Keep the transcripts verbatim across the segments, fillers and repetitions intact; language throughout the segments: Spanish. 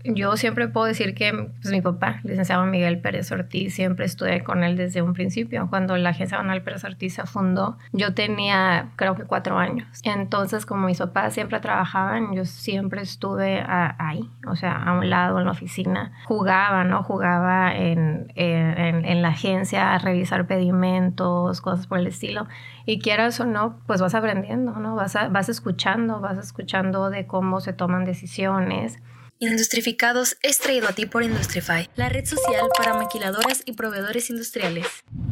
yo siempre puedo decir que pues, mi papá, licenciado Miguel Pérez Ortiz, siempre estuve con él desde un principio. Cuando la Agencia Aduanal Pérez Ortiz se fundó, yo tenía creo que cuatro años. Entonces, como mis papás siempre trabajaban, yo siempre estuve a, ahí, o sea, a un lado en la oficina. Jugaba, ¿no? Jugaba en, en, en la agencia a revisar pedimentos, cosas por el estilo. Y quieras o no, pues vas aprendiendo, ¿no? Vas, a, vas escuchando, vas escuchando de cómo se toman decisiones. Industrificados es traído a ti por Industrify, la red social para maquiladoras y proveedores industriales.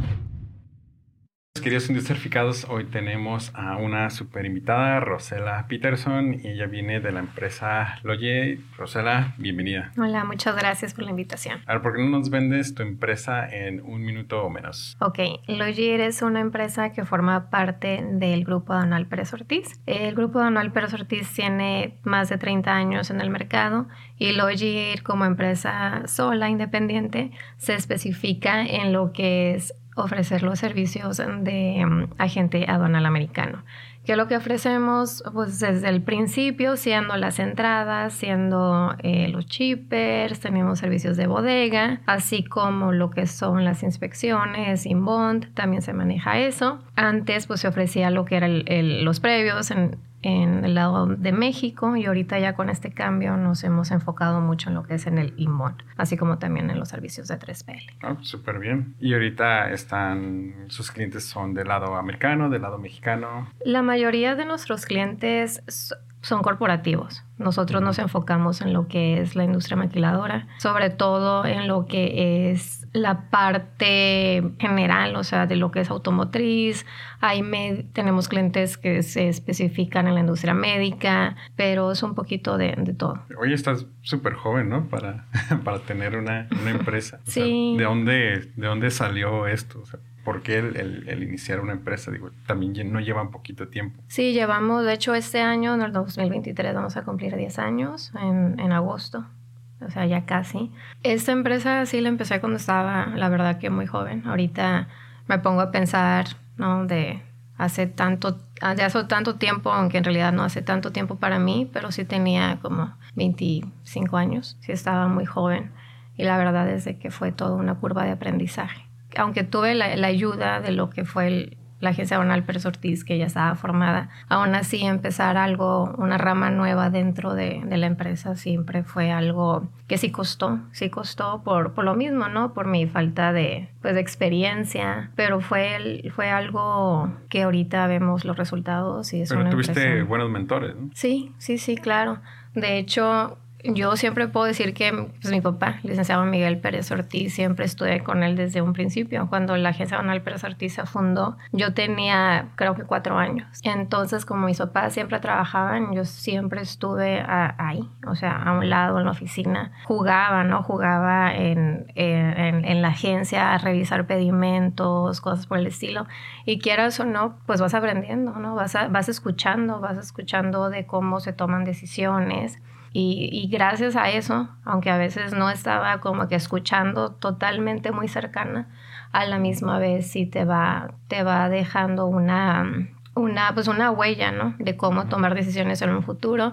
Queridos Industrificados, hoy tenemos a una super invitada, Rosela Peterson, y ella viene de la empresa Logier. Rosela, bienvenida. Hola, muchas gracias por la invitación. A ver, ¿por qué no nos vendes tu empresa en un minuto o menos? Ok, Logier es una empresa que forma parte del Grupo Aduanal Pérez Ortiz. El Grupo Aduanal Pérez Ortiz tiene más de treinta años en el mercado y Logier, como empresa sola, independiente, se especifica en lo que es ofrecer los servicios de um, agente aduanal americano. ¿Qué es lo que ofrecemos? Pues desde el principio, siendo las entradas, siendo eh, los shippers, tenemos servicios de bodega, así como lo que son las inspecciones, inbound, también se maneja eso. Antes pues se ofrecía lo que eran los previos en, en el lado de México y ahorita ya con este cambio nos hemos enfocado mucho en lo que es en el inbound, así como también en los servicios de tres P L. Oh, súper bien. ¿Y ahorita están, sus clientes son del lado americano, del lado mexicano? La mayoría de nuestros clientes son corporativos. Nosotros nos enfocamos en lo que es la industria maquiladora, sobre todo en lo que es la parte general, o sea, de lo que es automotriz. Ahí me, tenemos clientes que se especifican en la industria médica, pero es un poquito de, de todo. Oye, estás súper joven, ¿no? Para, para tener una, una empresa. O sí. sea, ¿de dónde, de dónde salió esto? O sea, ¿por qué el, el, el iniciar una empresa? Digo, también no llevan poquito tiempo. Sí, llevamos, de hecho, este año, en el dos mil veintitrés, vamos a cumplir diez años en, en agosto. O sea, ya casi. Esta empresa sí la empecé cuando estaba, la verdad, que muy joven. Ahorita me pongo a pensar, ¿no? De hace tanto, de hace tanto tiempo, aunque en realidad no hace tanto tiempo para mí, pero sí tenía como veinticinco años. Sí estaba muy joven. Y la verdad es de que fue toda una curva de aprendizaje. Aunque tuve la, la ayuda de lo que fue el, la Agencia Aduanal Pérez Ortiz, que ya estaba formada, aún así empezar algo, una rama nueva dentro de, de la empresa siempre fue algo que sí costó, sí costó por, por lo mismo, ¿no? Por mi falta de, pues, de experiencia, pero fue, el, fue algo que ahorita vemos los resultados y es pero una tuviste empresa... buenos mentores, ¿no? Sí, sí, sí, claro. De hecho... Yo siempre puedo decir que pues, mi papá, licenciado Miguel Pérez Ortiz, siempre estuve con él desde un principio. Cuando la Agencia Aduanal Pérez Ortiz se fundó, yo tenía creo que cuatro años. Entonces, como mis papás siempre trabajaban, yo siempre estuve a, ahí, o sea, a un lado en la oficina. Jugaba, ¿no? Jugaba en, en, en la agencia a revisar pedimentos, cosas por el estilo. Y quieras o no, pues vas aprendiendo, ¿no? Vas, a, vas escuchando, vas escuchando de cómo se toman decisiones. Y, y gracias a eso, aunque a veces no estaba como que escuchando totalmente muy cercana, a la misma vez sí te va, te va dejando una, una, pues una huella, ¿no? De cómo tomar decisiones en un futuro.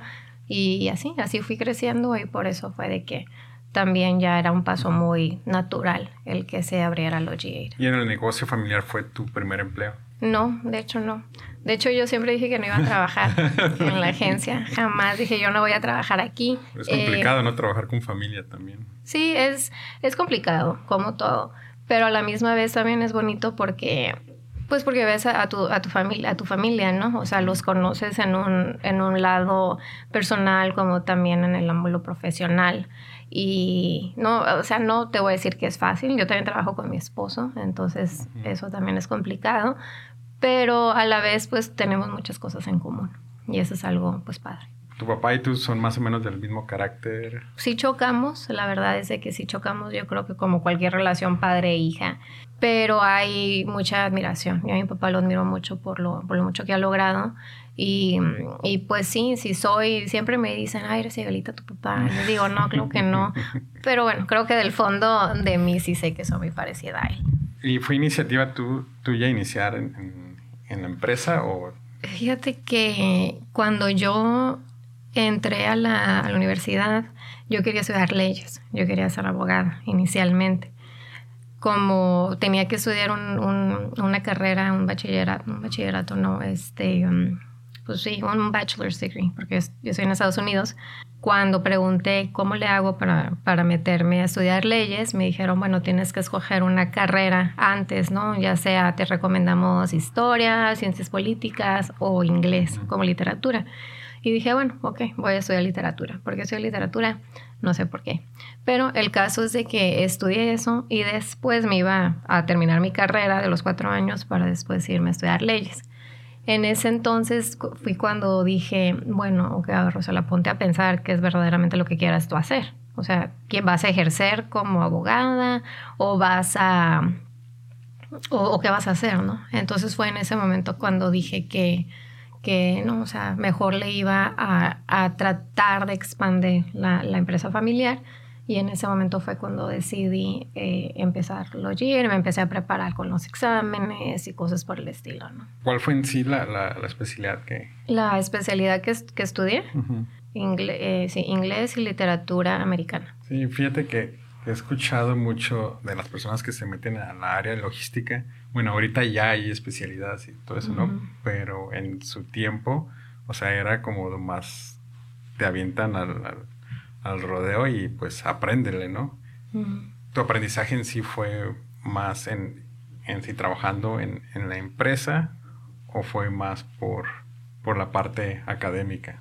Y así, así fui creciendo y por eso fue de que también ya era un paso muy natural el que se abriera Logier. ¿Y en el negocio familiar fue tu primer empleo? No, de hecho no. De hecho yo siempre dije que no iba a trabajar en la agencia. Jamás dije yo no voy a trabajar aquí. Es complicado, eh, ¿no? Trabajar con familia también. Sí, es, es complicado, como todo. Pero a la misma vez también es bonito porque... Pues porque ves a, a, tu, a, tu familia, a tu familia, ¿no? O sea, los conoces en un, en un lado personal como también en el ámbito profesional. Y no, o sea, no te voy a decir que es fácil. Yo también trabajo con mi esposo, entonces uh-huh. eso también es complicado. Pero a la vez, pues, tenemos muchas cosas en común. Y eso es algo, pues, padre. ¿Tu papá y tú son más o menos del mismo carácter? Sí chocamos, la verdad es de que sí chocamos, yo creo que como cualquier relación padre-hija, pero hay mucha admiración. Yo a mi papá lo admiro mucho por lo, por lo mucho que ha logrado y, y pues sí, sí soy, siempre me dicen, ay, eres igualita a tu papá. Y yo digo, no, creo que no, pero bueno, creo que del fondo de mí sí sé que soy muy parecida a él. ¿Y fue iniciativa tú, tuya iniciar en, en, en la empresa o...? Fíjate que cuando yo... entré a la, a la universidad, yo quería estudiar leyes, yo quería ser abogada inicialmente. Como tenía que estudiar un, un, una carrera, un bachillerato, un bachillerato no, este, um, pues sí, un bachelor's degree, porque yo estoy en Estados Unidos. Cuando pregunté cómo le hago para, para meterme a estudiar leyes, me dijeron, bueno, tienes que escoger una carrera antes, ¿no? Ya sea te recomendamos historia, ciencias políticas o inglés como literatura. Y dije, bueno, ok, voy a estudiar literatura. ¿Por qué estudiar literatura? No sé por qué. Pero el caso es de que estudié eso y después me iba a terminar mi carrera de los cuatro años para después irme a estudiar leyes. En ese entonces fui cuando dije, bueno, ok, Rosela, ponte a pensar qué es verdaderamente lo que quieras tú hacer. O sea, ¿quién vas a ejercer como abogada o vas a... o, o qué vas a hacer, ¿no? Entonces fue en ese momento cuando dije que... que no, o sea, mejor le iba a, a tratar de expandir la, la empresa familiar, y en ese momento fue cuando decidí eh, empezar Logir, me empecé a preparar con los exámenes y cosas por el estilo, ¿no? ¿Cuál fue en sí la, la, la especialidad que...? La especialidad que, que estudié, Uh-huh. Ingle, eh, sí, inglés y literatura americana. Sí, fíjate que he escuchado mucho de las personas que se meten a la área de logística. Bueno, ahorita ya hay especialidades y todo eso, uh-huh. ¿no? Pero en su tiempo, o sea, era como lo más... Te avientan al, al, al rodeo y pues apréndele, ¿no? Uh-huh. ¿Tu aprendizaje en sí fue más en, en sí trabajando en, en la empresa o fue más por, por la parte académica?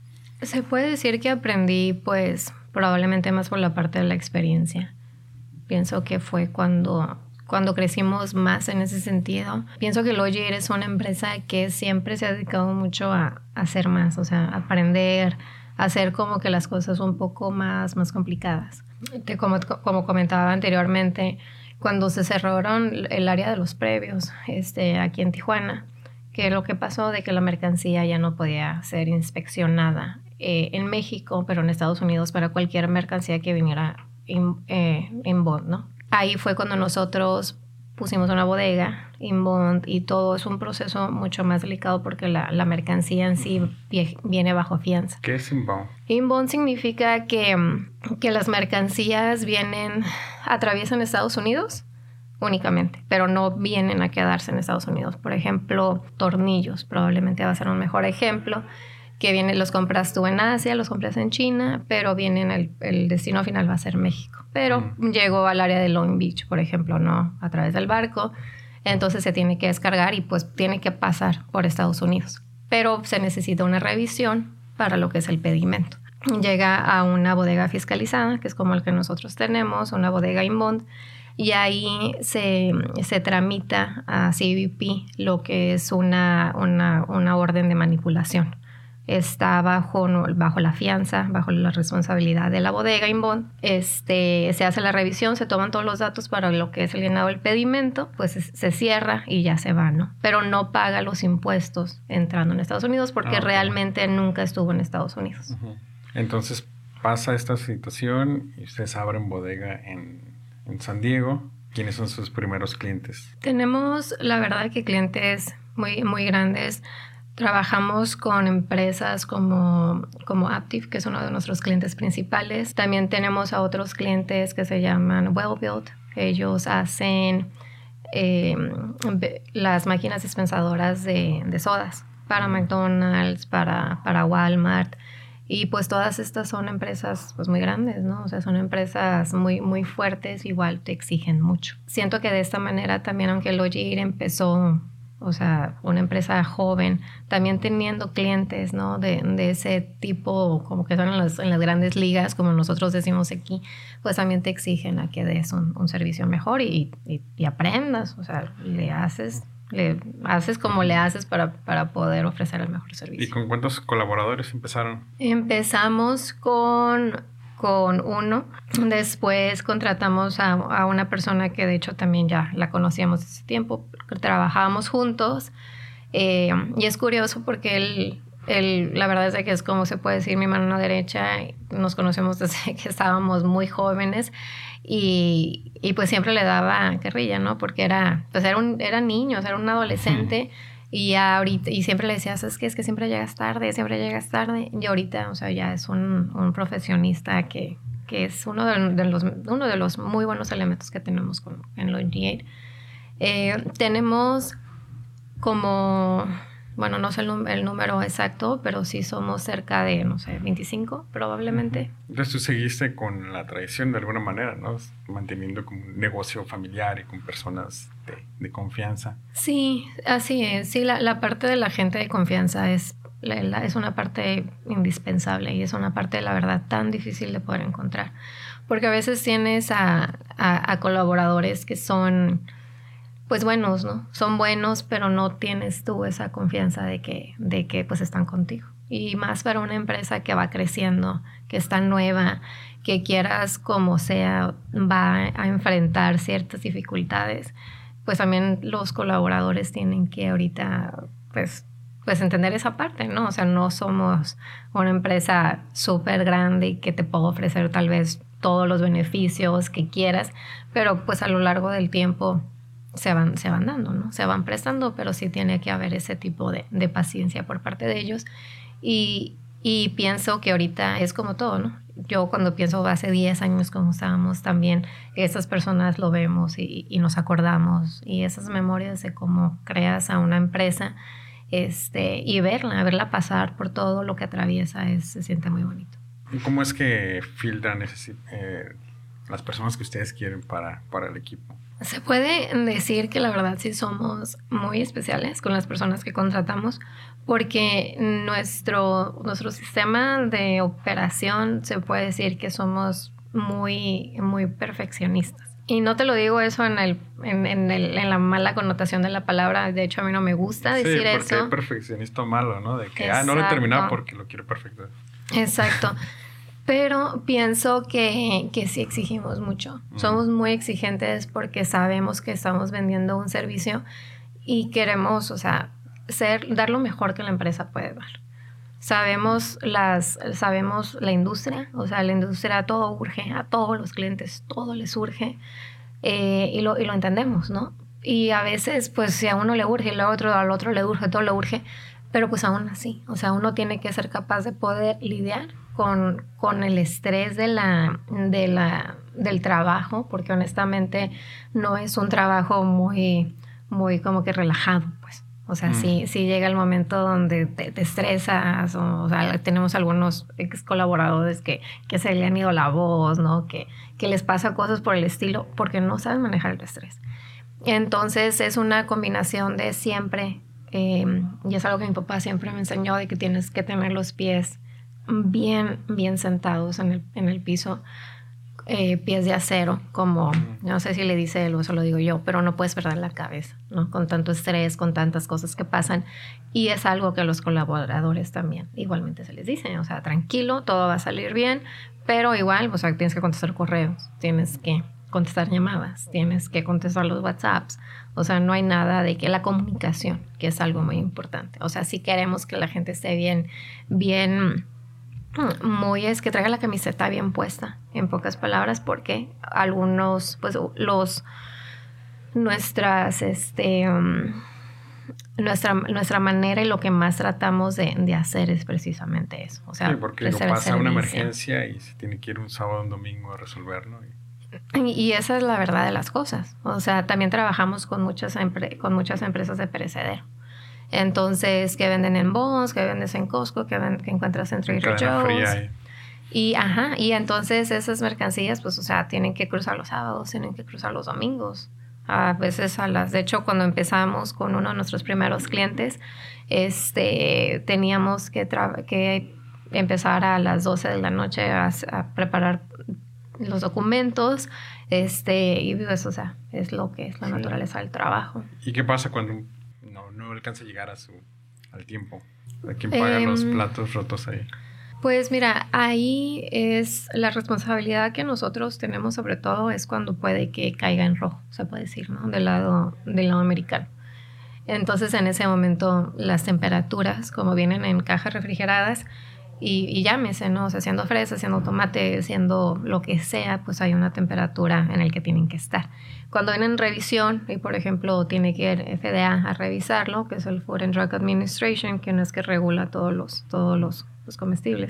Se puede decir que aprendí, pues, probablemente más por la parte de la experiencia. Pienso que fue cuando, cuando crecimos más en ese sentido. Pienso que Logir es una empresa que siempre se ha dedicado mucho a, a hacer más, o sea, a aprender, a hacer como que las cosas un poco más, más complicadas. Que como, como comentaba anteriormente, cuando se cerraron el área de los previos este, aquí en Tijuana, que lo que pasó de que la mercancía ya no podía ser inspeccionada eh, en México, pero en Estados Unidos para cualquier mercancía que viniera in, eh, inbound, ¿no? Ahí fue cuando nosotros pusimos una bodega inbound y todo es un proceso mucho más delicado porque la, la mercancía en sí viene bajo fianza. ¿Qué es inbound? Inbound significa que, que las mercancías vienen, atraviesan Estados Unidos únicamente, pero no vienen a quedarse en Estados Unidos. Por ejemplo, tornillos, probablemente va a ser un mejor ejemplo, que vienen, los compras tú en Asia, los compras en China, pero vienen, el, el destino final va a ser México. Pero mm. llegó al área de Long Beach, por ejemplo, no a través del barco, entonces se tiene que descargar y pues tiene que pasar por Estados Unidos. Pero se necesita una revisión para lo que es el pedimento. Llega a una bodega fiscalizada, que es como el que nosotros tenemos, una bodega inbound, y ahí se, se tramita a C B P lo que es una, una, una orden de manipulación. Está bajo, bajo la fianza, bajo la responsabilidad de la bodega inbound. Este, se hace la revisión, se toman todos los datos para lo que es el llenado del pedimento, pues se cierra y ya se va, ¿no? Pero no paga los impuestos entrando en Estados Unidos porque ah, okay. realmente nunca estuvo en Estados Unidos. Uh-huh. Entonces pasa esta situación y ustedes abren bodega en... en San Diego. ¿Quiénes son sus primeros clientes? Tenemos, la verdad, que clientes muy, muy grandes. Trabajamos con empresas como, como Aptiv, que es uno de nuestros clientes principales. También tenemos a otros clientes que se llaman Wellbuilt. Ellos hacen eh, las máquinas dispensadoras de, de sodas para McDonald's, para, para Walmart. Y pues todas estas son empresas pues muy grandes, ¿no? O sea, son empresas muy, muy fuertes, igual te exigen mucho. Siento que de esta manera también, aunque Logir empezó, o sea, una empresa joven, también teniendo clientes, ¿no? De, de ese tipo, como que son en, los, en las grandes ligas, como nosotros decimos aquí, pues también te exigen a que des un, un servicio mejor y, y, y aprendas, o sea, le haces... le haces como le haces para, para poder ofrecer el mejor servicio. ¿Y con cuántos colaboradores empezaron? Empezamos con, con uno. Después contratamos a, a una persona que de hecho también ya la conocíamos hace tiempo. Trabajábamos juntos. Eh, y es curioso porque él, él, la verdad es que es como se puede decir mi mano derecha. Nos conocemos desde que estábamos muy jóvenes. Y, y pues siempre le daba carrilla, ¿no? Porque era, pues era un era niño, o sea, era un adolescente. Uh-huh. Y ya ahorita, y siempre le decía, ¿sabes qué? Es que siempre llegas tarde, siempre llegas tarde. Y ahorita, o sea, ya es un, un profesionista que, que es uno de, de los, uno de los muy buenos elementos que tenemos con, en Lloyd Yates. Eh, tenemos como, bueno, no sé el, el número exacto, pero sí somos cerca de, no sé, veinticinco probablemente. Entonces tú seguiste con la tradición de alguna manera, ¿no? Manteniendo como un negocio familiar y con personas de, de confianza. Sí, así es. Sí, la, la parte de la gente de confianza es, la, la, es una parte indispensable y es una parte, la verdad, tan difícil de poder encontrar. Porque a veces tienes a, a, a colaboradores que son... pues buenos, ¿no? Son buenos, pero no tienes tú esa confianza de que, de que pues están contigo. Y más para una empresa que va creciendo, que está nueva, que quieras como sea, va a enfrentar ciertas dificultades, pues también los colaboradores tienen que ahorita, pues, pues entender esa parte, ¿no? O sea, no somos una empresa súper grande y que te puedo ofrecer tal vez todos los beneficios que quieras, pero pues a lo largo del tiempo se van, se van dando, ¿no? Se van prestando, pero sí tiene que haber ese tipo de, de paciencia por parte de ellos. Y, y pienso que ahorita es como todo, ¿no? Yo cuando pienso hace diez años como estábamos también, esas personas lo vemos y, y nos acordamos. Y esas memorias de cómo creas a una empresa este, y verla, verla pasar por todo lo que atraviesa, es, se siente muy bonito. ¿Y cómo es que filtran ese, eh, las personas que ustedes quieren para, para el equipo? Se puede decir que la verdad sí somos muy especiales con las personas que contratamos porque nuestro, nuestro sistema de operación se puede decir que somos muy, muy perfeccionistas. Y no te lo digo eso en, el, en, en, el, en la mala connotación de la palabra. De hecho, a mí no me gusta decir sí, porque eso. hay perfeccionista malo, ¿no? De que, exacto. ah, no lo he terminado porque lo quiero perfecto. Exacto. Pero pienso que, que sí exigimos mucho. Mm. Somos muy exigentes porque sabemos que estamos vendiendo un servicio y queremos, o sea, ser, dar lo mejor que la empresa puede dar. Sabemos, las, sabemos la industria, o sea, la industria todo urge, a todos los clientes todo les urge eh, y, lo, y lo entendemos, ¿no? Y a veces, pues, si a uno le urge y al otro, al otro le urge, todo le urge, pero pues aún así, o sea, uno tiene que ser capaz de poder lidiar con, con el estrés de la, de la, del trabajo, porque honestamente no es un trabajo muy, muy como que relajado, pues. O sea, mm. sí, sí llega el momento donde te, te estresas, o, o sea, tenemos algunos ex colaboradores que, que se le han ido la voz, ¿no? Que, que les pasa cosas por el estilo porque no saben manejar el estrés. Entonces es una combinación de siempre, eh, y es algo que mi papá siempre me enseñó, de que tienes que tener los pies bien, bien sentados en el, en el piso, eh, pies de acero, como, no sé si le dice él o eso lo digo yo, pero no puedes perder la cabeza, ¿no? Con tanto estrés, con tantas cosas que pasan, y es algo que a los colaboradores también igualmente se les dice, o sea, tranquilo, todo va a salir bien, pero igual, o sea, tienes que contestar correos, tienes que contestar llamadas, tienes que contestar los WhatsApps, o sea, no hay nada de que la comunicación, que es algo muy importante, o sea, si queremos que la gente esté bien, bien... muy es que traiga la camiseta bien puesta, en pocas palabras, porque algunos, pues los, nuestras, este, um, nuestra, nuestra manera y lo que más tratamos de, de hacer es precisamente eso. O sea, sí, porque lo pasa una emergencia y se tiene que ir un sábado o un domingo a resolverlo. Y... Y, y esa es la verdad de las cosas. O sea, también trabajamos con muchas, empre- con muchas empresas de perecedero. Entonces, que venden en Bonds, que vendes en Costco, que, ven, que encuentras en Trader Joe's. Y, ajá, y entonces esas mercancías, pues, o sea, tienen que cruzar los sábados, tienen que cruzar los domingos. A veces a las... De hecho, cuando empezamos con uno de nuestros primeros clientes, este, teníamos que, tra- que empezar a las doce de la noche a, a preparar los documentos, este, y pues, o sea, es lo que es la sí. naturaleza del trabajo. ¿Y qué pasa cuando no, no alcanza a llegar a su, al tiempo? ¿A quién paga eh, los platos rotos ahí? Pues mira, ahí es la responsabilidad que nosotros tenemos, sobre todo es cuando puede que caiga en rojo, se puede decir, ¿no? Del lado, del lado americano. Entonces, en ese momento, las temperaturas, como vienen en cajas refrigeradas, y, y llámese, ¿no? O sea, siendo fresa, siendo tomate, siendo lo que sea, pues hay una temperatura en la que tienen que estar. Cuando vienen en revisión, y por ejemplo tiene que ir F D A a revisarlo, que es el Food and Drug Administration, que no es que regula todos los, todos los, los comestibles,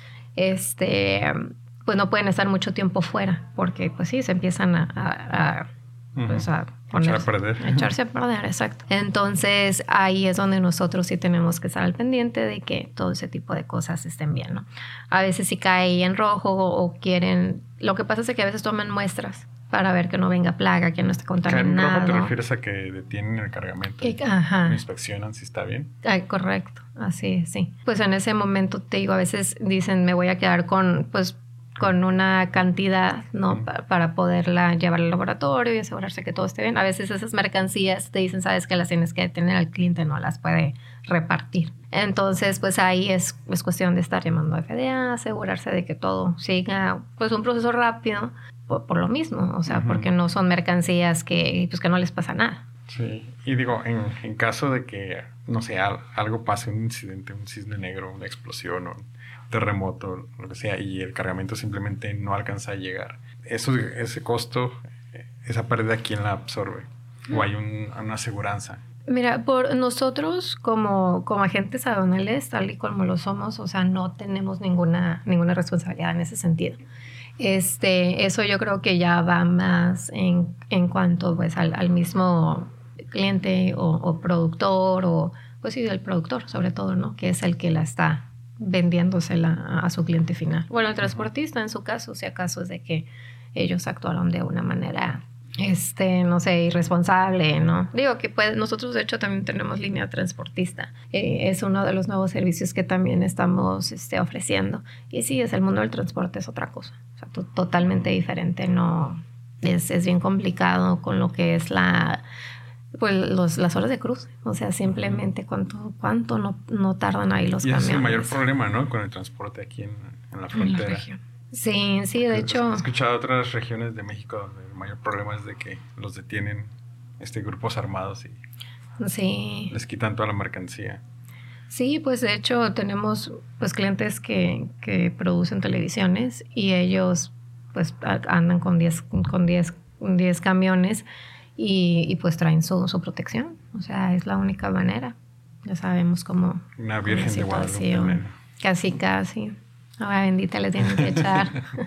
este, pues no pueden estar mucho tiempo fuera, porque pues sí, se empiezan a... a, a pues a poner, echar a perder. A echarse a perder, exacto. Entonces ahí es donde nosotros sí tenemos que estar al pendiente de que todo ese tipo de cosas estén bien, ¿no? A veces si cae en rojo o quieren... Lo que pasa es que a veces toman muestras para ver que no venga plaga, que no esté contaminado. ¿En rojo te refieres a que detienen el cargamento? Que, ajá. ¿Me inspeccionan si está bien? Ay, correcto, así, sí. Pues en ese momento, te digo, a veces dicen, me voy a quedar con, pues, con una cantidad, ¿no? Mm. Pa- para poderla llevar al laboratorio y asegurarse que todo esté bien. A veces esas mercancías te dicen, sabes que las tienes que tener al cliente, no las puede repartir. Entonces, pues ahí es, es cuestión de estar llamando a F D A, asegurarse de que todo siga, pues, un proceso rápido, por, por lo mismo, o sea, uh-huh. porque no son mercancías que, pues, que no les pasa nada. Sí, y digo, en, en caso de que, no sé, algo pase, un incidente, un cisne negro, una explosión o un terremoto, lo que sea, y el cargamento simplemente no alcanza a llegar, eso, ese costo, esa pérdida, ¿quién la absorbe? ¿O hay un, una aseguranza? Mira, por nosotros como, como agentes aduanales, tal y como lo somos, o sea, no tenemos ninguna, ninguna responsabilidad en ese sentido. Este, eso yo creo que ya va más en, en cuanto pues al, al mismo cliente o, o productor, o pues sí, el productor sobre todo, ¿no? Que es el que la está vendiéndosela a, a su cliente final. Bueno, el transportista en su caso, si acaso es de que ellos actuaron de una manera... este, no sé, irresponsable, ¿no? Digo que pues, nosotros de hecho también tenemos línea transportista. Eh, es uno de los nuevos servicios que también estamos este, ofreciendo. Y sí, es el mundo del transporte, es otra cosa. O sea, to- totalmente diferente, ¿no? Es, es bien complicado con lo que es la... pues los, las horas de cruce. O sea, simplemente cuánto, cuánto no, no tardan ahí los y camiones. Y ese es el mayor problema, ¿no? Con el transporte aquí en, en la frontera. En la región. Sí, sí, de hecho... He escuchado otras regiones de México donde el mayor problema es de que los detienen este, grupos armados y sí. les quitan toda la mercancía. Sí, pues de hecho tenemos pues clientes que, que producen televisiones y ellos pues andan con diez con diez, diez camiones y, y pues traen su, su protección. O sea, es la única manera. Ya sabemos cómo... Una Virgen de Guadalupe. Casi, casi. Ahora bendita le tienen que echar.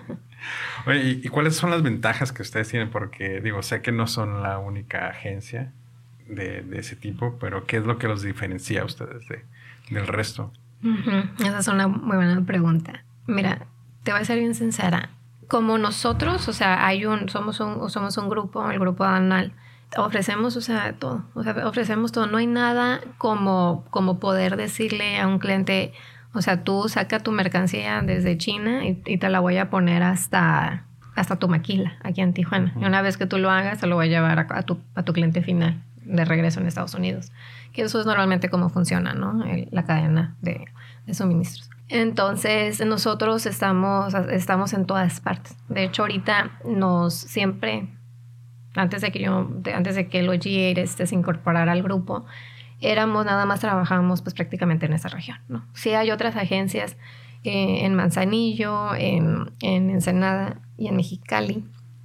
Oye, ¿y cuáles son las ventajas que ustedes tienen? Porque, digo, sé que no son la única agencia de, de ese tipo, pero ¿qué es lo que los diferencia a ustedes de, del resto? Uh-huh. Esa es una muy buena pregunta. Mira, te voy a ser bien sincera. Como nosotros, o sea, hay un, somos un, somos un grupo, el grupo aduanal, ofrecemos, o sea, todo. O sea, ofrecemos todo. No hay nada como, como poder decirle a un cliente... O sea, tú saca tu mercancía desde China y, y te la voy a poner hasta, hasta tu maquila aquí en Tijuana. Uh-huh. Y una vez que tú lo hagas, te lo voy a llevar a, a, tu, a tu cliente final de regreso en Estados Unidos. Que eso es normalmente cómo funciona, ¿no? El, la cadena de, de suministros. Entonces, nosotros estamos, estamos en todas partes. De hecho, ahorita nos siempre, antes de que yo, de, antes de que el O G A este, se incorporara al grupo, éramos nada más trabajábamos pues prácticamente en esa región, ¿no? Sí hay otras agencias eh, en Manzanillo, en, en Ensenada y en Mexicali,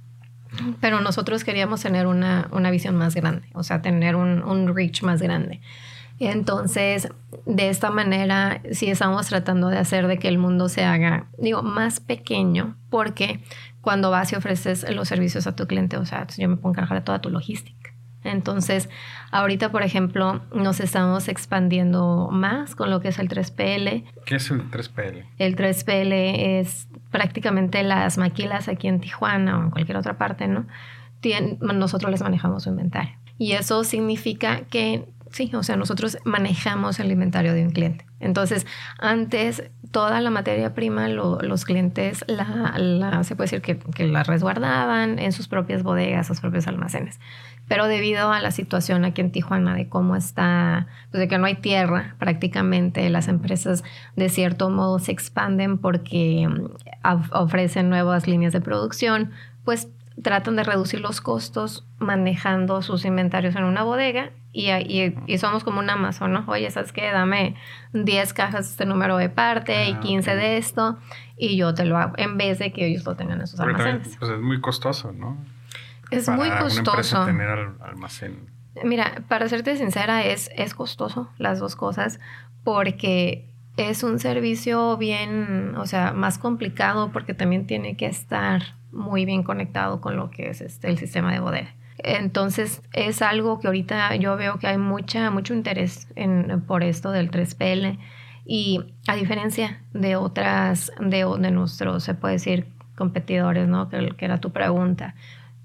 pero nosotros queríamos tener una, una visión más grande, o sea, tener un, un reach más grande. Entonces, de esta manera sí estamos tratando de hacer de que el mundo se haga, digo, más pequeño, porque cuando vas y ofreces los servicios a tu cliente, o sea, yo me puedo encargar de toda tu logística. Entonces, ahorita, por ejemplo, nos estamos expandiendo más con lo que es el tres P L. ¿Qué es el tres P L? El tres P L es prácticamente las maquilas aquí en Tijuana o en cualquier otra parte, ¿no? Tien, nosotros les manejamos su inventario. Y eso significa que, sí, o sea, nosotros manejamos el inventario de un cliente. Entonces, antes, toda la materia prima, lo, los clientes, la, la, se puede decir que, que la resguardaban en sus propias bodegas, sus propios almacenes. Pero debido a la situación aquí en Tijuana, de cómo está, pues de que no hay tierra, prácticamente las empresas de cierto modo se expanden porque ofrecen nuevas líneas de producción, pues tratan de reducir los costos manejando sus inventarios en una bodega y, y, y somos como un Amazon, ¿no? Oye, ¿sabes qué? Dame diez cajas de este número de parte ah, y quince okay. de esto y yo te lo hago en vez de que ellos lo tengan en sus Porque almacenes. También, pues es muy costoso, ¿no? Es para muy costoso. Una empresa tener al, almacén. Mira, para serte sincera, es, es costoso las dos cosas porque es un servicio bien, o sea, más complicado porque también tiene que estar muy bien conectado con lo que es este, el sistema de bodega. Entonces, es algo que ahorita yo veo que hay mucha, mucho interés en, por esto del tres P L y a diferencia de otras, de, de nuestros, se puede decir, competidores, ¿no? Que, que era tu pregunta.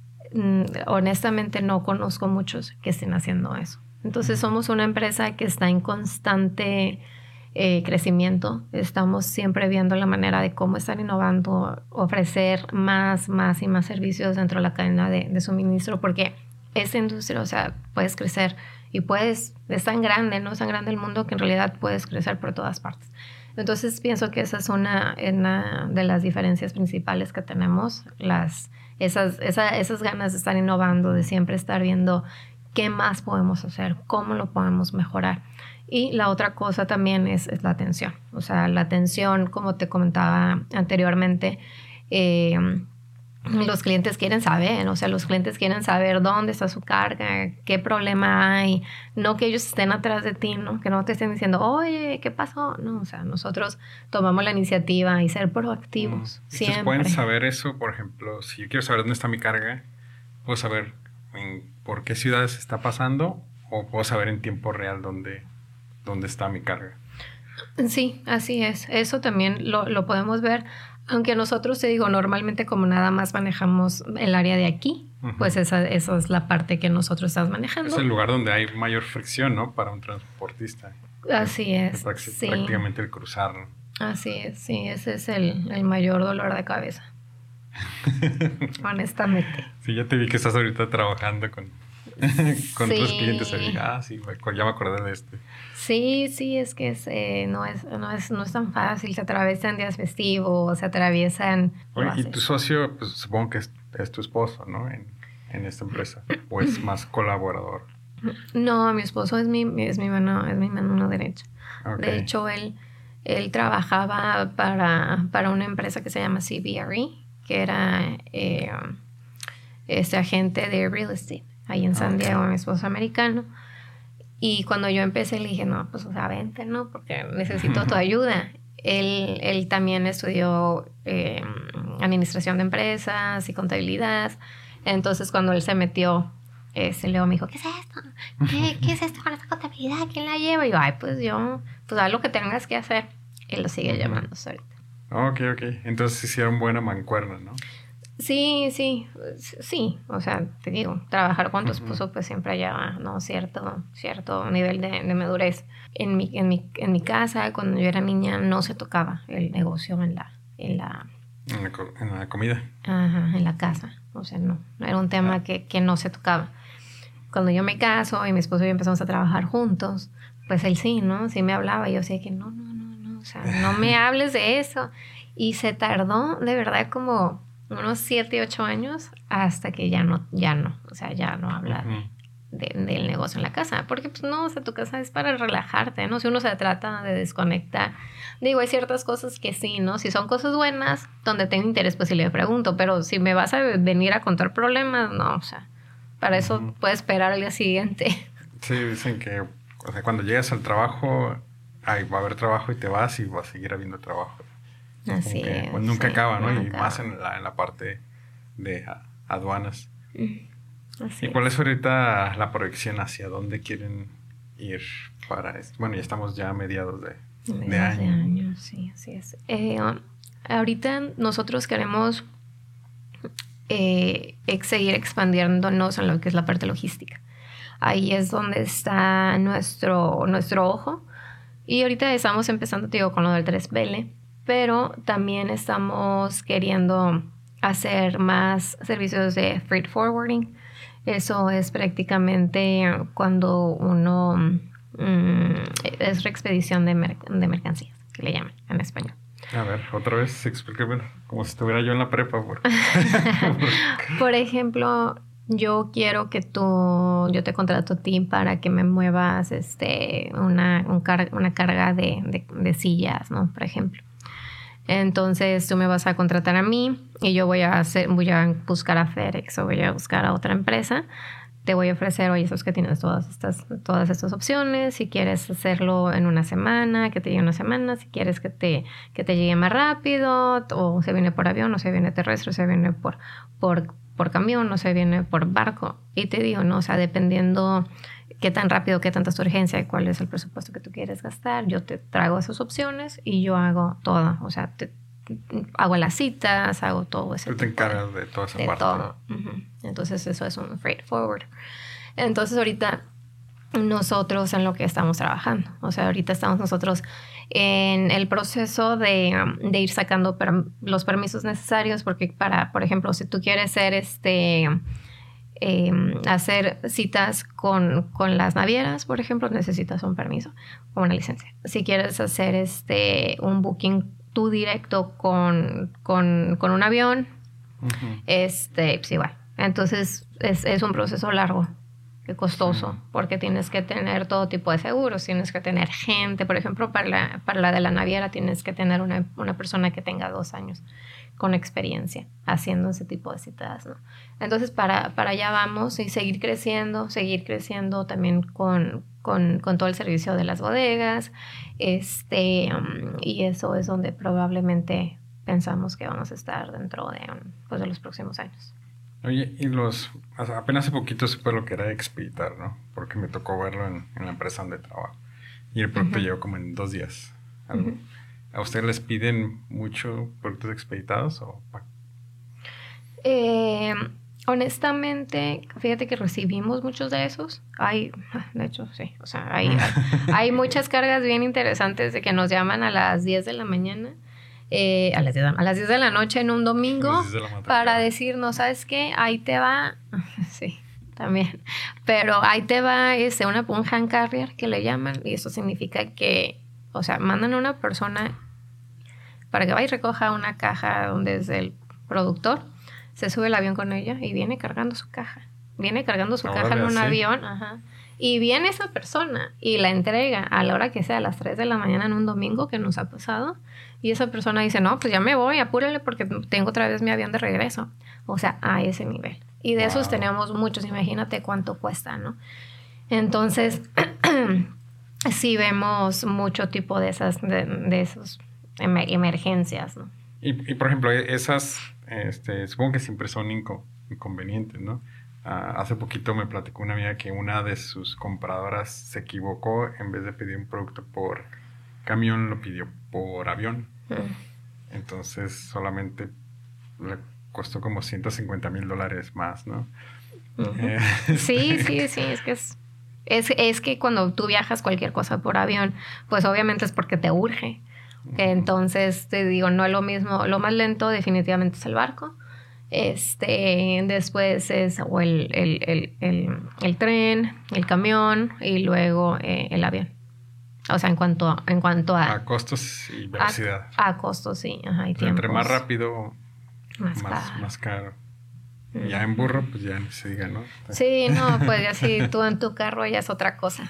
Honestamente no conozco muchos que estén haciendo eso. Entonces somos una empresa que está en constante eh, crecimiento. Estamos siempre viendo la manera de cómo estar innovando, ofrecer más, más y más servicios dentro de la cadena de, de suministro, porque esta industria, o sea, puedes crecer y puedes, es tan grande, ¿no? Es tan grande el mundo que en realidad puedes crecer por todas partes. Entonces pienso que esa es una, una de las diferencias principales que tenemos, las Esas, esa, esas ganas de estar innovando, de siempre estar viendo qué más podemos hacer, cómo lo podemos mejorar. Y la otra cosa también es, es la atención. O sea, la atención, como te comentaba anteriormente, eh, los clientes quieren saber, o sea, los clientes quieren saber dónde está su carga, qué problema hay, no que ellos estén atrás de ti, ¿no? Que no te estén diciendo, oye, ¿qué pasó? No, o sea, nosotros tomamos la iniciativa y ser proactivos, mm. siempre. Ustedes pueden saber eso, por ejemplo, si yo quiero saber dónde está mi carga, ¿puedo saber en por qué ciudades está pasando o puedo saber en tiempo real dónde, dónde está mi carga? Sí, así es. Eso también lo, lo podemos ver. Aunque nosotros, te digo, normalmente como nada más manejamos el área de aquí, uh-huh. pues esa, esa es la parte que nosotros estamos manejando. Es el lugar donde hay mayor fricción, ¿no? Para un transportista. Así es, es sí. Prácticamente el cruzar. Así es, sí. Ese es el, el mayor dolor de cabeza. Honestamente. Sí, ya te vi que estás ahorita trabajando con, con sí. tus clientes. Ahí. Ah, sí, ya me acordé de este. Sí, sí, es que es, eh, no, es, no, es, no es tan fácil. Se atraviesan días festivos, se atraviesan... Oye, y tu socio, pues supongo que es, es tu esposo, ¿no? En, en esta empresa. ¿O es más colaborador? No, mi esposo es mi, es mi mano, es mi mano derecha. Okay. De hecho, él, él trabajaba para, para una empresa que se llama C B R E, que era eh, este agente de real estate ahí en San okay. Diego, mi esposo americano. Y cuando yo empecé le dije, no, pues o sea, vente, ¿no? Porque necesito tu ayuda. Él, él también estudió eh, administración de empresas y contabilidad. Entonces cuando él se metió, este, luego me dijo, ¿qué es esto? ¿Qué, ¿Qué es esto con esta contabilidad? ¿Quién la lleva? Y yo, ay, pues yo, pues haz lo que tengas que hacer. Él lo sigue llamando ahorita. Ok, ok. Entonces hicieron buena mancuerna, ¿no? Sí, sí, sí, o sea, te digo, trabajar con tu esposo pues siempre lleva, ¿no? Cierto, cierto nivel de, de madurez. En mi, en, mi, en mi casa, cuando yo era niña, no se tocaba el negocio en la... En la, en la, en la comida. Ajá, en la casa, o sea, no, no era un tema ah. que, que no se tocaba. Cuando yo me caso y mi esposo y yo empezamos a trabajar juntos, pues él sí, ¿no? Sí me hablaba y yo sé que no, no, no, no, o sea, no me hables de eso. Y se tardó de verdad como... unos siete, ocho años hasta que ya no, ya no, o sea, ya no habla uh-huh. de, del negocio en la casa, porque pues no, o sea, tu casa es para relajarte, ¿no? Si uno se trata de desconectar, digo, hay ciertas cosas que sí, ¿no? Si son cosas buenas, donde tengo interés, pues sí le pregunto, pero si me vas a venir a contar problemas, no, o sea, para eso uh-huh. puedes esperar al día siguiente. Sí, dicen que, o sea, cuando llegas al trabajo, ahí va a haber trabajo y te vas y va a seguir habiendo trabajo. Así que, es. Pues nunca sí, acaba, ¿no? Nunca y acaba. más en la, en la parte de a, aduanas. Así ¿Y cuál es ahorita la proyección hacia dónde quieren ir para esto? Bueno, ya estamos ya a mediados de, mediados de año. de año, sí, así es. Eh, um, ahorita nosotros queremos eh, seguir expandiéndonos en lo que es la parte logística. Ahí es donde está nuestro, nuestro ojo. Y ahorita estamos empezando, te digo, con lo del tres P L, pero también estamos queriendo hacer más servicios de freight forwarding. Eso es prácticamente cuando uno mm, es reexpedición de, mer- de mercancías, que le llaman en español. A ver, otra vez, explícame, como si estuviera yo en la prepa. Por, por ejemplo, yo quiero que tú, yo te contrato a ti para que me muevas este, una, un car- una carga de, de, de sillas, ¿no? Por ejemplo. Entonces tú me vas a contratar a mí y yo voy a hacer, voy a buscar a FedEx o voy a buscar a otra empresa. Te voy a ofrecer, oye, sabes que tienes todas estas, todas estas opciones. Si quieres hacerlo en una semana, que te llegue una semana. Si quieres que te, que te llegue más rápido, o se viene por avión, o se viene terrestre, o se viene por, por, por camión, o se viene por barco. Y te digo, ¿no? O sea, dependiendo qué tan rápido, qué tanta es tu urgencia y cuál es el presupuesto que tú quieres gastar, yo te traigo esas opciones y yo hago todo. O sea, te, hago las citas, hago todo eso. Tú te encargas de, de toda esa de parte. todo. Uh-huh. Entonces eso es un freight forward. Entonces ahorita nosotros en lo que estamos trabajando, o sea, ahorita estamos nosotros en el proceso de, de ir sacando per, los permisos necesarios, porque para, por ejemplo, si tú quieres ser este... Eh, hacer citas con, con las navieras, por ejemplo, necesitas un permiso o una licencia. Si quieres hacer este un booking tú directo con, con, con un avión, uh-huh. este, pues igual. Entonces es, es un proceso largo y costoso, uh-huh. porque tienes que tener todo tipo de seguros, tienes que tener gente, por ejemplo, para la, para la de la naviera tienes que tener una, una persona que tenga dos años con experiencia haciendo ese tipo de citas, ¿no? Entonces para, para allá vamos y seguir creciendo, seguir creciendo también con, con, con todo el servicio de las bodegas, este, um, y eso es donde probablemente pensamos que vamos a estar dentro de, um, pues de los próximos años. Oye, y los, apenas hace poquito supe lo que era expeditar, ¿no? Porque me tocó verlo en, en la empresa donde trabajo. Y el producto uh-huh. llegó como en dos días. Algo. Uh-huh. ¿A ustedes les piden mucho productos expeditados o...? Eh, honestamente, fíjate que recibimos muchos de esos. Hay, de hecho, sí. O sea, hay, hay, hay muchas cargas bien interesantes de que nos llaman a las diez de la mañana, eh, a, las diez, a las diez de la noche en un domingo para decirnos, ¿sabes qué? Ahí te va... sí, también. Pero ahí te va este, una, un hand carrier que le llaman, y eso significa que, o sea, mandan a una persona para que vaya y recoja una caja donde es el productor, se sube el avión con ella y viene cargando su caja. Viene cargando su Ahora caja en un así. avión, ajá, y viene esa persona y la entrega a la hora que sea, a las tres de la mañana en un domingo que nos ha pasado, y esa persona dice, no, pues ya me voy, apúrale porque tengo otra vez mi avión de regreso. O sea, a ese nivel. Y de wow. esos tenemos muchos, imagínate cuánto cuesta, ¿no? Entonces, sí vemos mucho tipo de esas, de, de esos emergencias, ¿no? Y, y por ejemplo, esas, este, supongo que siempre son inco- inconvenientes, ¿no? Uh, hace poquito me platicó una amiga que una de sus compradoras se equivocó, en vez de pedir un producto por camión, lo pidió por avión. Mm. Entonces solamente le costó como ciento cincuenta mil dólares más, ¿no? Uh-huh. eh, sí, sí, sí, es que es, es, es que cuando tú viajas cualquier cosa por avión, pues obviamente es porque te urge. Entonces, te digo, no es lo mismo. Lo más lento definitivamente es el barco. Este, después es o el, el, el, el, el tren, el camión y luego eh, el avión. O sea, en cuanto, en cuanto a... A costos y velocidad. A, a costos, sí. Ajá, y o sea, entre más rápido, más, más caro. Más caro. Y ya en burro, pues ya ni se diga, ¿no? Sí, no, pues ya si tú en tu carro ya es otra cosa.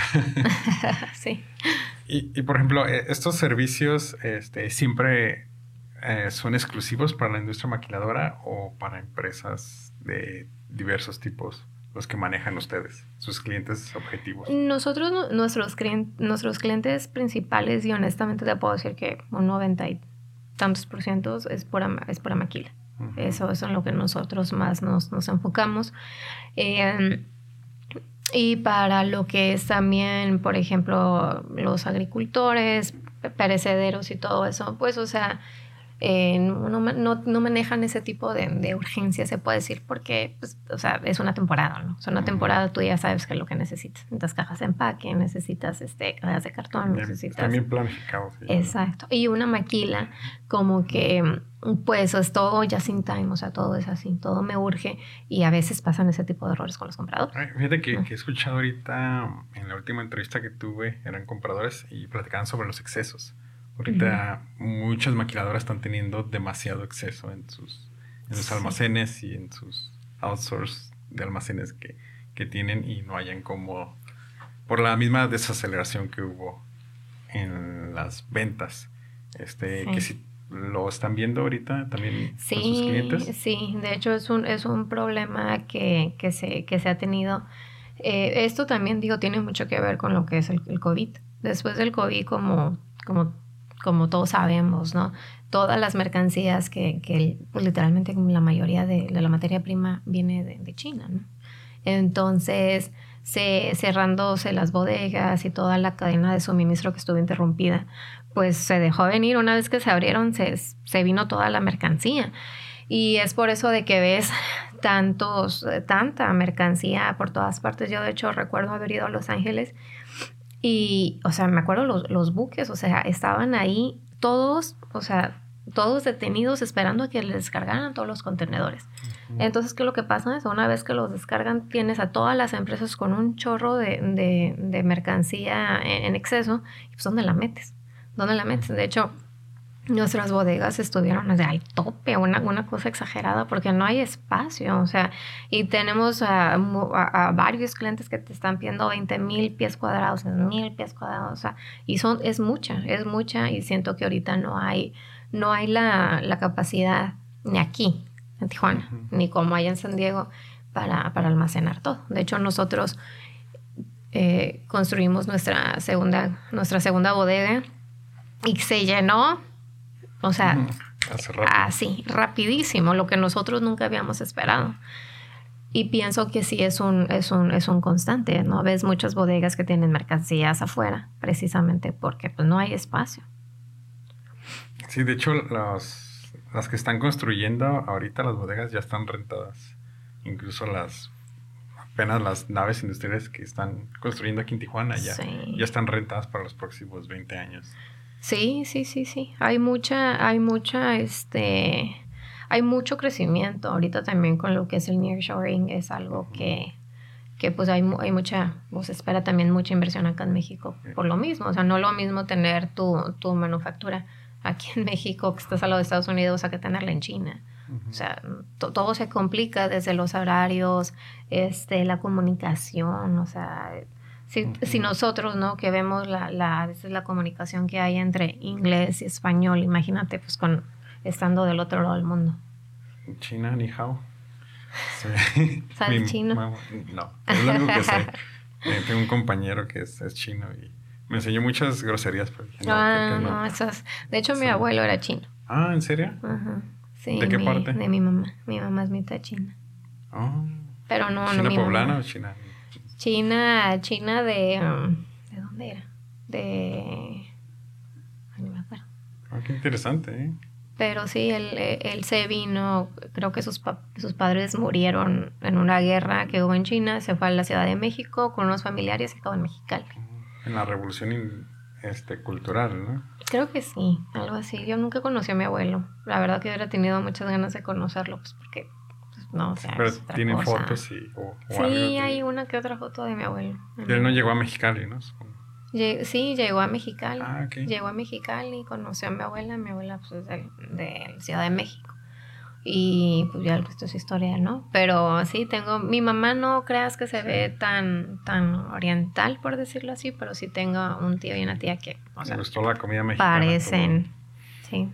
Sí. Y, y, por ejemplo, ¿estos servicios este, siempre eh, son exclusivos para la industria maquiladora o para empresas de diversos tipos, los que manejan ustedes, sus clientes objetivos? Nosotros, nuestros, nuestros clientes principales, y honestamente te puedo decir que un noventa y tantos por ciento es pura, es pura maquila. Uh-huh. Eso, eso es en lo que nosotros más nos, nos enfocamos. Eh, Y para lo que es también, por ejemplo, los agricultores, perecederos y todo eso, pues, o sea, eh, no, no, no manejan ese tipo de, de urgencia, se puede decir, porque, pues, o sea, es una temporada, ¿no? O sea, una temporada tú ya sabes qué es lo que necesitas. Necesitas cajas de empaque, necesitas este, cajas de cartón, necesitas... También planificado. Sí, exacto. ¿No? Y una maquila como que, pues, es todo just in time, o sea, todo es así, todo me urge, y a veces pasan ese tipo de errores con los compradores. Ay, fíjate que, ¿no? que he escuchado ahorita, en la última entrevista que tuve, eran compradores y platicaban sobre los excesos. Ahorita uh-huh. muchas maquiladoras están teniendo demasiado exceso en sus, en sus sí. almacenes y en sus outsource de almacenes que, que tienen y no hayan como... Por la misma desaceleración que hubo en las ventas. Este, sí. Que si lo están viendo ahorita también sí, con sus clientes. Sí, de hecho es un, es un problema que, que, se, que se ha tenido. Eh, esto también, digo, tiene mucho que ver con lo que es el, el COVID. Después del COVID, como, como, como todos sabemos, ¿no? Todas las mercancías que, que pues, literalmente la mayoría de, de la materia prima viene de, de China, ¿no? Entonces, se, cerrándose las bodegas y toda la cadena de suministro que estuvo interrumpida, pues se dejó venir. Una vez que se abrieron, se, se vino toda la mercancía. Y es por eso de que ves tantos, tanta mercancía por todas partes. Yo, de hecho, recuerdo haber ido a Los Ángeles y, o sea, me acuerdo los, los buques, o sea, estaban ahí todos, o sea, todos detenidos esperando a que les descargaran todos los contenedores. Uh-huh. Entonces, ¿qué es lo que pasa? Es una vez que los descargan, tienes a todas las empresas con un chorro de, de, de mercancía en, en exceso. Y pues, ¿dónde la metes? ¿Dónde la metes? De hecho, nuestras bodegas estuvieron al tope, una, una cosa exagerada, porque no hay espacio, o sea, y tenemos a, a, a varios clientes que te están pidiendo veinte mil pies cuadrados, mil pies cuadrados, o sea, y son, es mucha, es mucha, y siento que ahorita no hay, no hay la, la capacidad, ni aquí, en Tijuana, uh-huh. ni como hay en San Diego, para, para almacenar todo. De hecho, nosotros eh, construimos nuestra segunda, nuestra segunda bodega, y se llenó. O sea, así, rapidísimo, lo que nosotros nunca habíamos esperado. Y pienso que sí es un, es un, es un constante, ¿no? Ves muchas bodegas que tienen mercancías afuera, precisamente porque pues, no hay espacio. Sí, de hecho, las, las que están construyendo ahorita las bodegas ya están rentadas. Incluso las apenas las naves industriales que están construyendo aquí en Tijuana ya, sí. ya están rentadas para los próximos veinte años. Sí, sí, sí, sí. Hay mucha, hay mucha, este, hay mucho crecimiento. Ahorita también con lo que es el nearshoring es algo que, que pues hay, hay mucha, pues espera también mucha inversión acá en México por lo mismo. O sea, no es lo mismo tener tu, tu manufactura aquí en México que estás al lado de Estados Unidos a que tenerla en China. Uh-huh. O sea, to, todo se complica desde los horarios, este, la comunicación, o sea... Si, uh-huh. si nosotros, ¿no? Que vemos la, la, a veces la comunicación que hay entre inglés y español, imagínate, pues, con estando del otro lado del mundo. China, ni hao. Sí. ¿Sabes Mi, chino? Mamá, no, es lo único que sé. Eh, tengo un compañero que es, es chino y me enseñó muchas groserías. Pero dije, no, ah, que, que no. no, esas... De hecho, sí. Mi abuelo era chino. Ah, ¿en serio? Ajá. Sí, ¿De qué mi, parte? De mi mamá. Mi mamá es mitad china. Oh. Pero no, ¿China no mi poblana mamá. o china? China, China de... Um, ¿de dónde era? De... Ay, no me acuerdo. Ah, qué interesante, ¿eh? Pero sí, él, él se vino, creo que sus, pa- sus padres murieron en una guerra que hubo en China, se fue a la Ciudad de México con unos familiares y acabó en Mexicali. En la revolución este, cultural, ¿no? Creo que sí, algo así. Yo nunca conocí a mi abuelo. La verdad que hubiera tenido muchas ganas de conocerlo, pues porque... No, o sea, pero es otra tienen cosa. fotos y, o, o sí, algo de... hay una que otra foto de mi abuelo. Él no llegó a Mexicali, ¿no? Lleg- sí, llegó a Mexicali. Ah, okay. Llegó a Mexicali, conoció a mi abuela. Mi abuela pues, es de, de Ciudad de México. Y pues ya el resto es historia, ¿no? Pero sí, tengo... Mi mamá no creas que se ve tan, tan oriental, por decirlo así, pero sí tengo un tío y una tía que... O sea, me gustó la comida mexicana. Parecen, sí.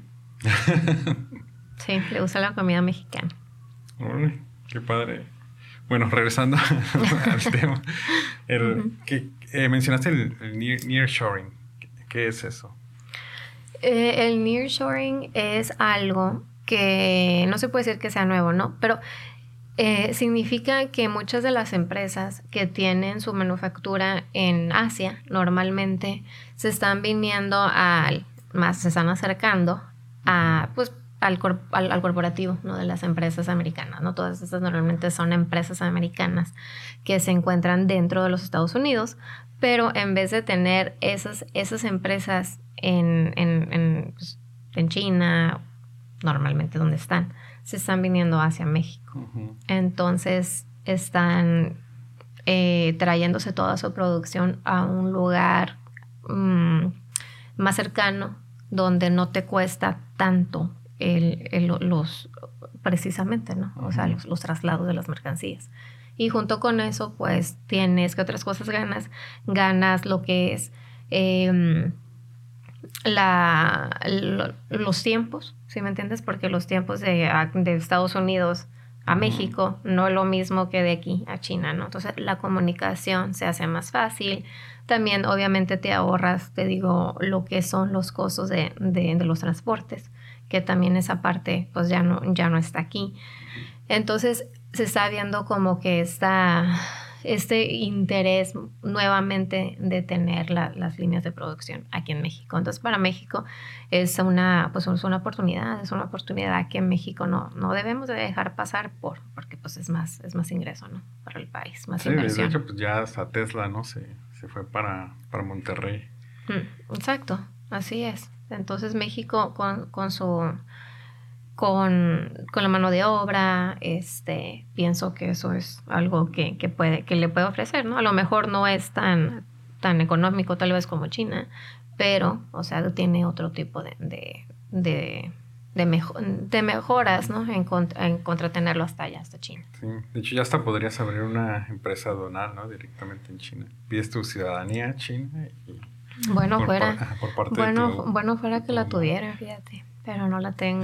Sí, le gusta la comida mexicana. Uy, qué padre. Bueno, regresando al tema. El, uh-huh. que, eh, mencionaste el, el near, nearshoring. ¿Qué, ¿Qué es eso? Eh, el nearshoring es algo que no se puede decir que sea nuevo, ¿no? Pero eh, significa que muchas de las empresas que tienen su manufactura en Asia normalmente se están viniendo al, más se están acercando a, pues, Al, cor- al, al corporativo, ¿no? De las empresas americanas, ¿no? Todas estas normalmente son empresas americanas que se encuentran dentro de los Estados Unidos, pero en vez de tener esas, esas empresas en, en, en, pues, en China, normalmente donde están, se están viniendo hacia México. Uh-huh. Entonces están eh, trayéndose toda su producción a un lugar um, más cercano donde no te cuesta tanto el, el, los, precisamente, ¿no? O sea, los, los traslados de las mercancías. Y junto con eso, pues, tienes que otras cosas ganas. Ganas lo que es eh, la, lo, los tiempos, ¿sí me entiendes? Porque los tiempos de, de Estados Unidos a México no es lo mismo que de aquí a China, ¿no? Entonces, la comunicación se hace más fácil. También, obviamente, te ahorras, te digo, lo que son los costos de, de, de los transportes, que también esa parte, pues, ya no, ya no está aquí. Entonces, se está viendo como que está este interés nuevamente de tener la, las líneas de producción aquí en México. Entonces, para México es una, pues, es una oportunidad, es una oportunidad que en México no, no debemos de dejar pasar por, porque pues es más, es más ingreso, ¿no? Para el país, más sí, inversión. De hecho, pues ya hasta Tesla, ¿no? Se, se fue para, para Monterrey. Mm, exacto, así es. Entonces, México con, con su... Con, con la mano de obra, este, pienso que eso es algo que, que, puede, que le puede ofrecer, ¿no? A lo mejor no es tan, tan económico tal vez como China, pero, o sea, tiene otro tipo de, de, de, de, mejo, de mejoras, ¿no? En, contra, en contratenerlo hasta allá, hasta China. Sí, de hecho ya hasta podrías abrir una empresa aduanal, ¿no? Directamente en China. Pides tu ciudadanía china y... Bueno, por, fuera, por, por parte bueno, de tu, bueno, fuera que tu la mamá. tuviera, fíjate, pero no la tengo.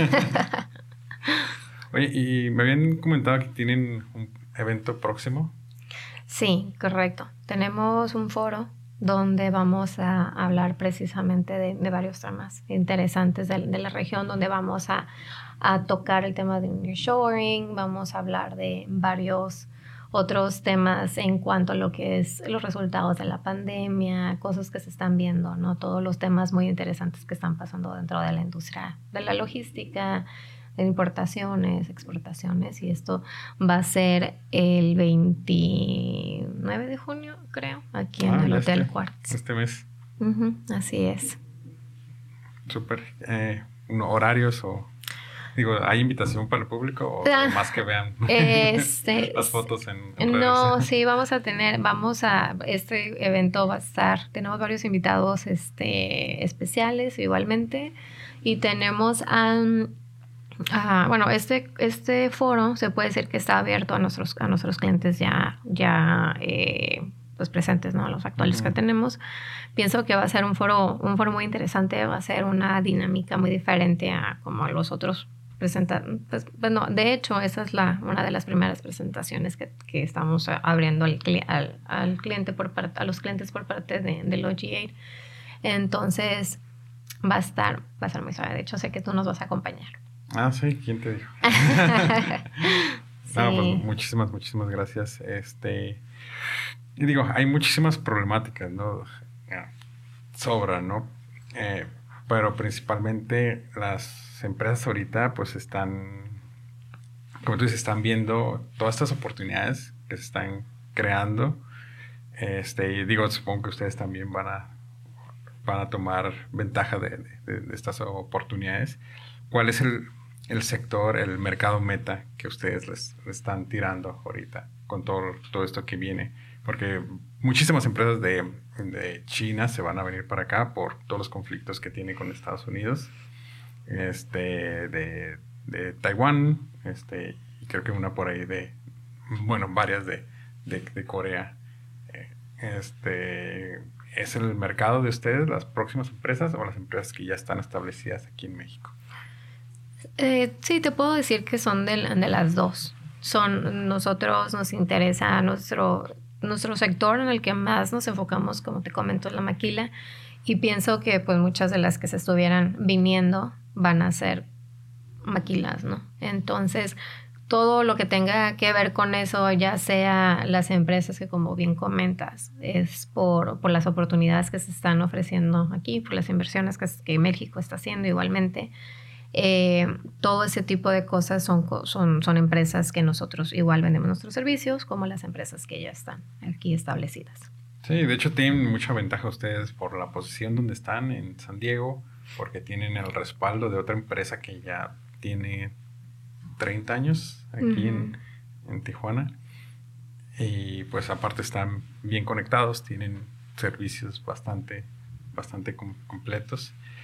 Oye, y me habían comentado que tienen un evento próximo. Sí, correcto. Tenemos un foro donde vamos a hablar precisamente de, de varios temas interesantes de, de la región, donde vamos a, a tocar el tema de nearshoring, vamos a hablar de varios otros temas en cuanto a lo que es los resultados de la pandemia, cosas que se están viendo, ¿no? Todos los temas muy interesantes que están pasando dentro de la industria de la logística, de importaciones, exportaciones, y esto va a ser el veintinueve de junio, creo, aquí en Ah, el ya Hotel este, Quartz. Este mes. Uh-huh, así es. Súper. Eh, ¿horarios o...? Digo, ¿hay invitación para el público o Ah, más que vean este, las fotos en, en no, redes? sí, vamos a tener, vamos a, este evento va a estar, tenemos varios invitados este, especiales igualmente, y tenemos a... Uh, bueno, este, este foro se puede decir que está abierto a nuestros, a nuestros clientes ya, ya eh, pues presentes, ¿no? Los actuales uh-huh. que tenemos. Pienso que va a ser un foro, un foro muy interesante, va a ser una dinámica muy diferente a como los otros presentan. Pues, bueno, de hecho, esa es la, una de las primeras presentaciones que, que estamos abriendo al, al, al cliente por parte, a los clientes por parte de, del O G A. Entonces, va a estar, va a estar muy suave. De hecho, sé que tú nos vas a acompañar. Ah, sí, ¿quién te dijo? Sí. No, pues muchísimas, muchísimas gracias. Este, y digo, hay muchísimas problemáticas, ¿no? Sobra, ¿no? Eh, pero principalmente las empresas ahorita, pues están, como tú dices, están viendo todas estas oportunidades que se están creando. Este, y digo, supongo que ustedes también van a, van a tomar ventaja de, de, de estas oportunidades. ¿Cuál es el el sector, el mercado meta que ustedes les, les están tirando ahorita con todo, todo esto que viene? Porque muchísimas empresas de, de China se van a venir para acá por todos los conflictos que tiene con Estados Unidos, este, de, de Taiwán, este, y creo que una por ahí de, bueno, varias de, de, de Corea. Este, ¿es el mercado de ustedes, las próximas empresas o las empresas que ya están establecidas aquí en México? Eh, sí, te puedo decir que son de, de las dos. Son, nosotros nos interesa nuestro, nuestro sector en el que más nos enfocamos, como te comento, en la maquila, y pienso que pues muchas de las que se estuvieran viniendo van a ser maquilas, ¿no? Entonces, todo lo que tenga que ver con eso, ya sea las empresas que, como bien comentas, es por, por las oportunidades que se están ofreciendo aquí, por las inversiones que, que México está haciendo igualmente. Eh, todo ese tipo de cosas son, son, son empresas que nosotros igual vendemos nuestros servicios, como las empresas que ya están aquí establecidas. Sí, de hecho tienen mucha ventaja ustedes por la posición donde están en San Diego, porque tienen el respaldo de otra empresa que ya tiene treinta años aquí uh-huh. en, en Tijuana, y pues aparte están bien conectados, tienen servicios bastante, bastante com- completos.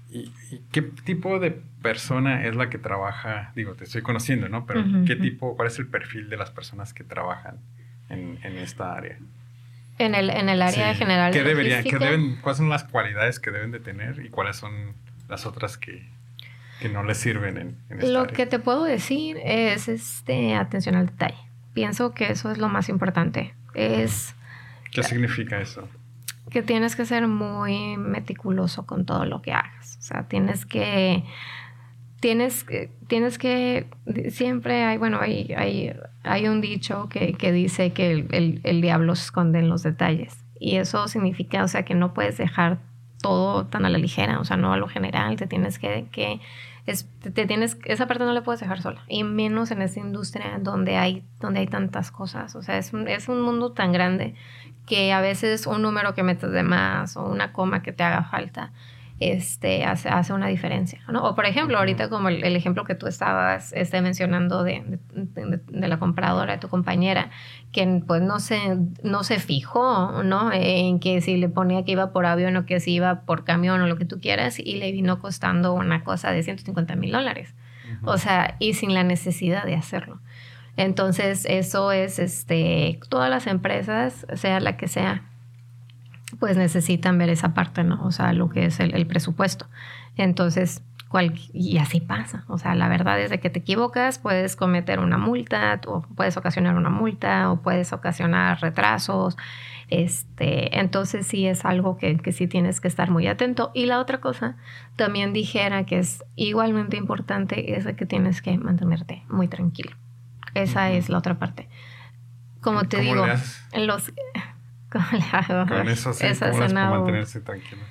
¿Y, y qué tipo de persona es la que trabaja? Digo, te estoy conociendo, ¿no? Pero Uh-huh. ¿qué tipo, cuál es el perfil de las personas que trabajan en, en esta área? En el, en el área Sí. general ¿Qué de debería, logística. qué deben, ¿Cuáles son las cualidades que deben de tener y cuáles son las otras que, que no les sirven en, en esta Lo área? que te puedo decir es este, atención al detalle. Pienso que eso es lo más importante. Es ¿Qué significa eso? que tienes que ser muy meticuloso con todo lo que hagas. O sea, tienes que... Tienes, tienes que... Siempre hay... Bueno, hay, hay, hay un dicho que, que dice que el, el, el diablo se esconde en los detalles. Y eso significa, o sea, que no puedes dejar todo tan a la ligera. O sea, no a lo general. Te tienes que... que es, te tienes, esa parte no la puedes dejar sola. Y menos en esta industria donde hay, donde hay tantas cosas. O sea, es un, es un mundo tan grande que a veces un número que metes de más o una coma que te haga falta este, hace, hace una diferencia, ¿no? O por ejemplo, ahorita como el, el ejemplo que tú estabas este, mencionando de, de, de, de la compradora, de tu compañera, que pues no se, no se fijó, ¿no? En que si le ponía que iba por avión o que si iba por camión o lo que tú quieras y le vino costando una cosa de ciento cincuenta mil dólares. Uh-huh. O sea, y sin la necesidad de hacerlo. Entonces, eso es, este, todas las empresas, sea la que sea, pues necesitan ver esa parte, ¿no? O sea, lo que es el, el presupuesto. Entonces, cual, y así pasa. O sea, la verdad es de que te equivocas, puedes cometer una multa, o puedes ocasionar una multa, o puedes ocasionar retrasos. Este, entonces, sí es algo que, que sí tienes que estar muy atento. Y la otra cosa, también dijera que es igualmente importante, es de que tienes que mantenerte muy tranquilo. Esa uh-huh. es la otra parte. Como te ¿Cómo digo, le haces? los... ¿Cómo le hago? Con eso sí, Esa ¿cómo suena... mantenerse tranquilo?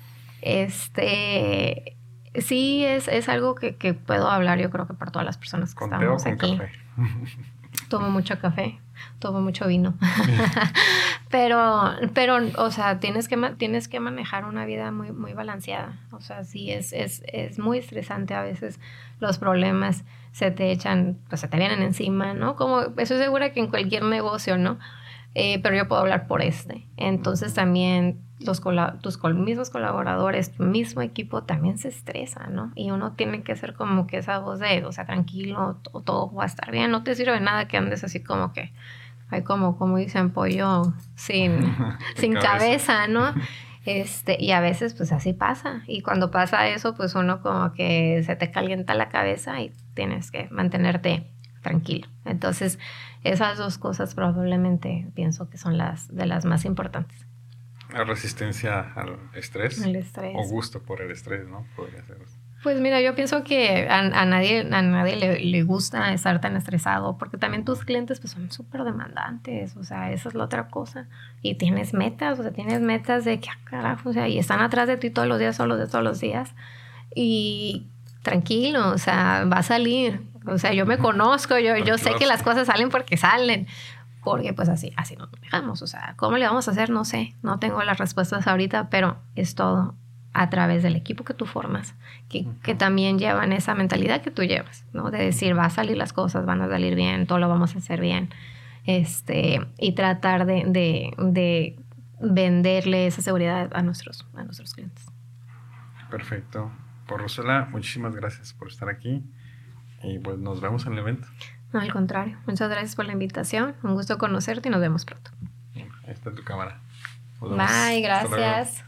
Este... Sí, es, es algo que, que puedo hablar, yo creo que por todas las personas que ¿Con estamos té o con aquí. Café? Tomo mucho café, tomo mucho vino. pero, pero, o sea, tienes que, tienes que manejar una vida muy, muy balanceada. O sea, sí, es, es, es muy estresante a veces. Los problemas se te echan, pues se te vienen encima, ¿no? Como, estoy segura que en cualquier negocio, ¿no? Eh, pero yo puedo hablar por este. Entonces también los tus mismos colaboradores, tu mismo equipo también se estresa, ¿no? Y uno tiene que ser como que esa voz de, o sea, tranquilo, todo, todo va a estar bien. No te sirve nada que andes así como que, hay como, como dicen, pollo sin, sin cabeza. cabeza, ¿no? Este, y a veces pues así pasa. Y cuando pasa eso, pues uno como que se te calienta la cabeza y tienes que mantenerte tranquilo. Entonces, esas dos cosas probablemente pienso que son las de las más importantes. La resistencia al estrés. Al estrés. O gusto por el estrés, ¿no? Podría ser. Pues mira, yo pienso que a, a nadie, a nadie le, le gusta estar tan estresado, porque también tus clientes pues son súper demandantes, o sea, esa es la otra cosa. Y tienes metas, o sea, tienes metas de que, ah, carajo, o sea, y están atrás de ti todos los días, todos los días, todos los días. Y tranquilo, o sea, va a salir. O sea, yo me conozco, yo, yo sé que las cosas salen porque salen. Porque pues así, así nos dejamos. O sea, ¿cómo le vamos a hacer? No sé, no tengo las respuestas ahorita, pero es todo a través del equipo que tú formas, que, uh-huh. que también llevan esa mentalidad que tú llevas, ¿no? De decir, va a salir las cosas, van a salir bien, todo lo vamos a hacer bien. Este, y tratar de, de, de venderle esa seguridad a nuestros, a nuestros clientes. Perfecto. Por Rosela, muchísimas gracias por estar aquí y pues nos vemos en el evento. No, al contrario. Muchas gracias por la invitación. Un gusto conocerte y nos vemos pronto. Ahí está tu cámara. Bye, gracias.